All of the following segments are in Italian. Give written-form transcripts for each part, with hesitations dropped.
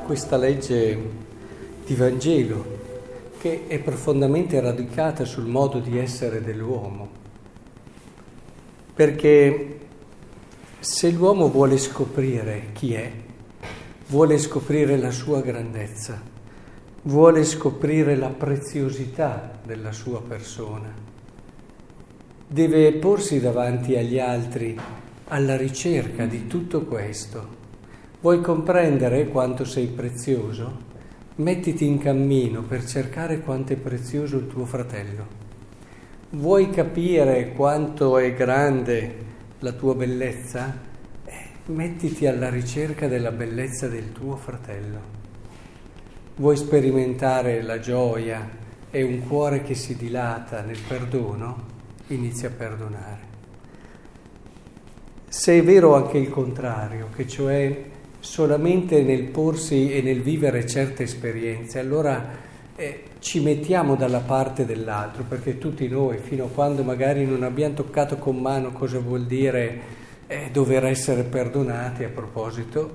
questa legge di Vangelo che è profondamente radicata sul modo di essere dell'uomo. Perché se l'uomo vuole scoprire chi è, vuole scoprire la sua grandezza, vuole scoprire la preziosità della sua persona, deve porsi davanti agli altri alla ricerca di tutto questo. Vuoi comprendere quanto sei prezioso? Mettiti in cammino per cercare quanto è prezioso il tuo fratello. Vuoi capire quanto è grande la tua bellezza? Mettiti alla ricerca della bellezza del tuo fratello. Vuoi sperimentare la gioia e un cuore che si dilata nel perdono? Inizia a perdonare. Se è vero anche il contrario, che cioè solamente nel porsi e nel vivere certe esperienze, allora ci mettiamo dalla parte dell'altro, perché tutti noi, fino a quando magari non abbiamo toccato con mano cosa vuol dire dover essere perdonati, a proposito,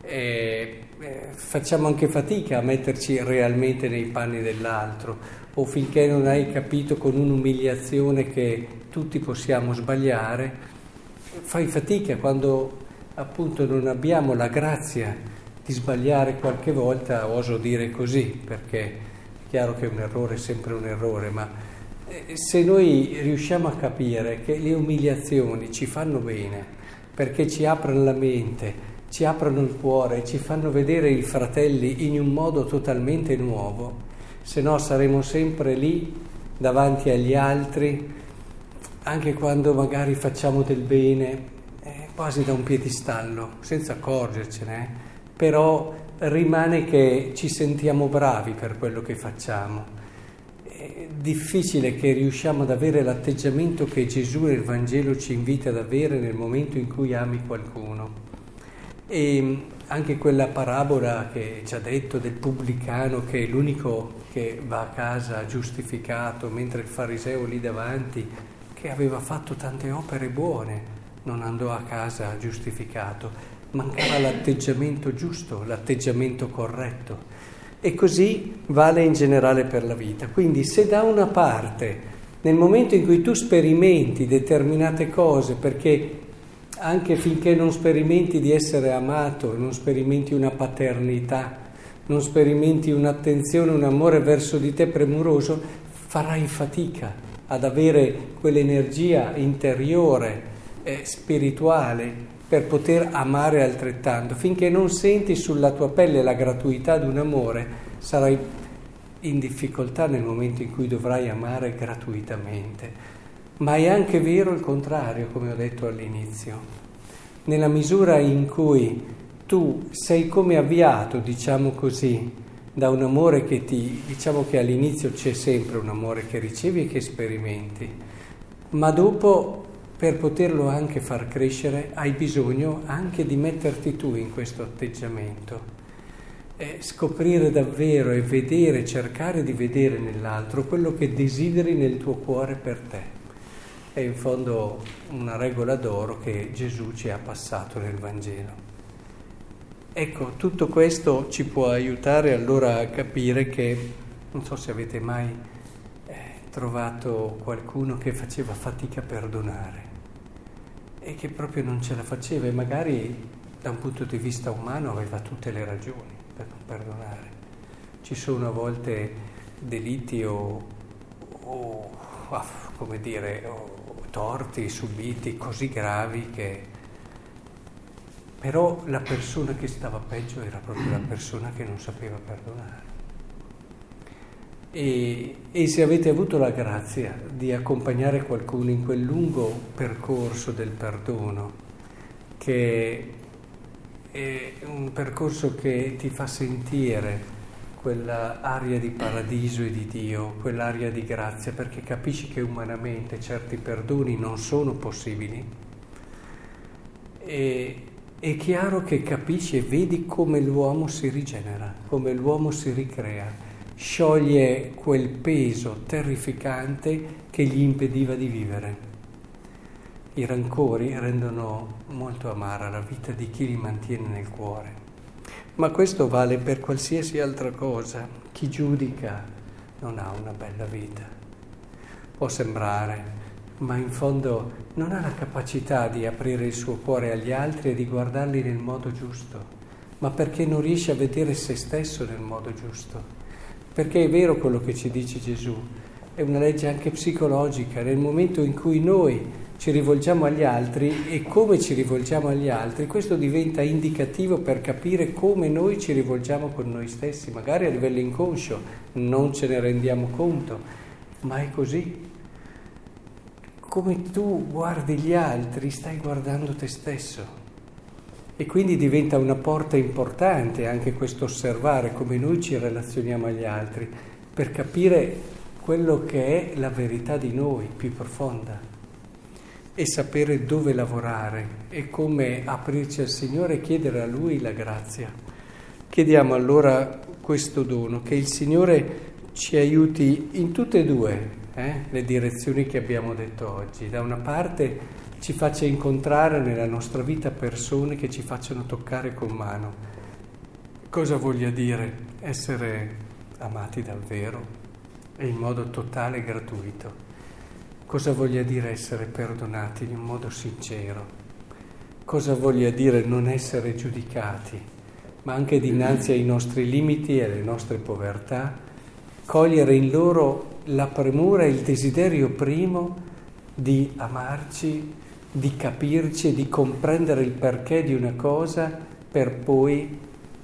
facciamo anche fatica a metterci realmente nei panni dell'altro, o finché non hai capito con un'umiliazione che tutti possiamo sbagliare, fai fatica quando appunto non abbiamo la grazia di sbagliare qualche volta, oso dire così, perché è chiaro che un errore è sempre un errore, ma se noi riusciamo a capire che le umiliazioni ci fanno bene, perché ci aprono la mente, ci aprono il cuore, ci fanno vedere i fratelli in un modo totalmente nuovo, se no saremo sempre lì davanti agli altri, anche quando magari facciamo del bene, quasi da un piedistallo, senza accorgercene, però rimane che ci sentiamo bravi per quello che facciamo. È difficile che riusciamo ad avere l'atteggiamento che Gesù nel Vangelo ci invita ad avere nel momento in cui ami qualcuno. E anche quella parabola che ci ha detto del pubblicano che è l'unico che va a casa giustificato, mentre il fariseo lì davanti, che aveva fatto tante opere buone, non andò a casa giustificato, mancava l'atteggiamento giusto, l'atteggiamento corretto. E così vale in generale per la vita. Quindi se da una parte, nel momento in cui tu sperimenti determinate cose, perché anche finché non sperimenti di essere amato, non sperimenti una paternità, non sperimenti un'attenzione, un amore verso di te premuroso, farai fatica ad avere quell'energia interiore, spirituale, per poter amare altrettanto. Finché non senti sulla tua pelle la gratuità di un amore, sarai in difficoltà nel momento in cui dovrai amare gratuitamente. Ma è anche vero il contrario, come ho detto all'inizio. Nella misura in cui tu sei come avviato, diciamo così, da un amore che diciamo che all'inizio c'è sempre un amore che ricevi e che sperimenti, ma dopo, per poterlo anche far crescere, hai bisogno anche di metterti tu in questo atteggiamento, scoprire davvero e vedere, cercare di vedere nell'altro quello che desideri nel tuo cuore per te. È in fondo una regola d'oro che Gesù ci ha passato nel Vangelo. Ecco, tutto questo ci può aiutare allora a capire che, non so se avete mai trovato qualcuno che faceva fatica a perdonare e che proprio non ce la faceva e magari da un punto di vista umano aveva tutte le ragioni per non perdonare. Ci sono a volte delitti o torti subiti così gravi che però la persona che stava peggio era proprio la persona che non sapeva perdonare. E se avete avuto la grazia di accompagnare qualcuno in quel lungo percorso del perdono, che è un percorso che ti fa sentire quella aria di paradiso e di Dio, quell'aria di grazia, perché capisci che umanamente certi perdoni non sono possibili, è chiaro che capisci e vedi come l'uomo si rigenera, come l'uomo si ricrea, scioglie quel peso terrificante che gli impediva di vivere. I rancori rendono molto amara la vita di chi li mantiene nel cuore. Ma questo vale per qualsiasi altra cosa. Chi giudica non ha una bella vita. Può sembrare, ma in fondo non ha la capacità di aprire il suo cuore agli altri e di guardarli nel modo giusto, ma perché non riesce a vedere se stesso nel modo giusto. Perché è vero quello che ci dice Gesù, è una legge anche psicologica. Nel momento in cui noi ci rivolgiamo agli altri e come ci rivolgiamo agli altri, questo diventa indicativo per capire come noi ci rivolgiamo con noi stessi, magari a livello inconscio, non ce ne rendiamo conto, ma è così. Come tu guardi gli altri, stai guardando te stesso. E quindi diventa una porta importante anche questo osservare come noi ci relazioniamo agli altri, per capire quello che è la verità di noi più profonda. E sapere dove lavorare e come aprirci al Signore e chiedere a Lui la grazia. Chiediamo allora questo dono, che il Signore ci aiuti in tutte e due le direzioni che abbiamo detto oggi. Da una parte ci faccia incontrare nella nostra vita persone che ci facciano toccare con mano cosa voglia dire essere amati davvero e in modo totale e gratuito. Cosa voglia dire essere perdonati in un modo sincero? Cosa voglia dire non essere giudicati, ma anche dinanzi ai nostri limiti e alle nostre povertà, cogliere in loro la premura e il desiderio primo di amarci, di capirci e di comprendere il perché di una cosa per poi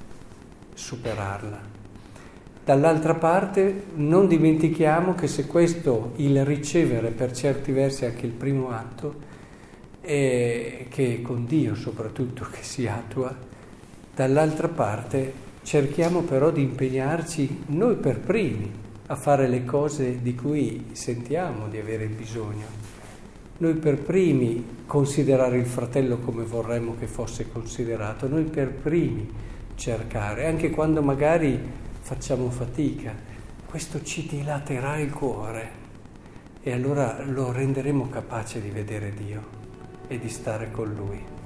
superarla. Dall'altra parte non dimentichiamo che se questo, il ricevere per certi versi anche il primo atto, che è con Dio soprattutto che si attua, dall'altra parte cerchiamo però di impegnarci noi per primi a fare le cose di cui sentiamo di avere bisogno. Noi per primi considerare il fratello come vorremmo che fosse considerato, noi per primi cercare, anche quando magari facciamo fatica, questo ci dilaterà il cuore e allora lo renderemo capace di vedere Dio e di stare con Lui.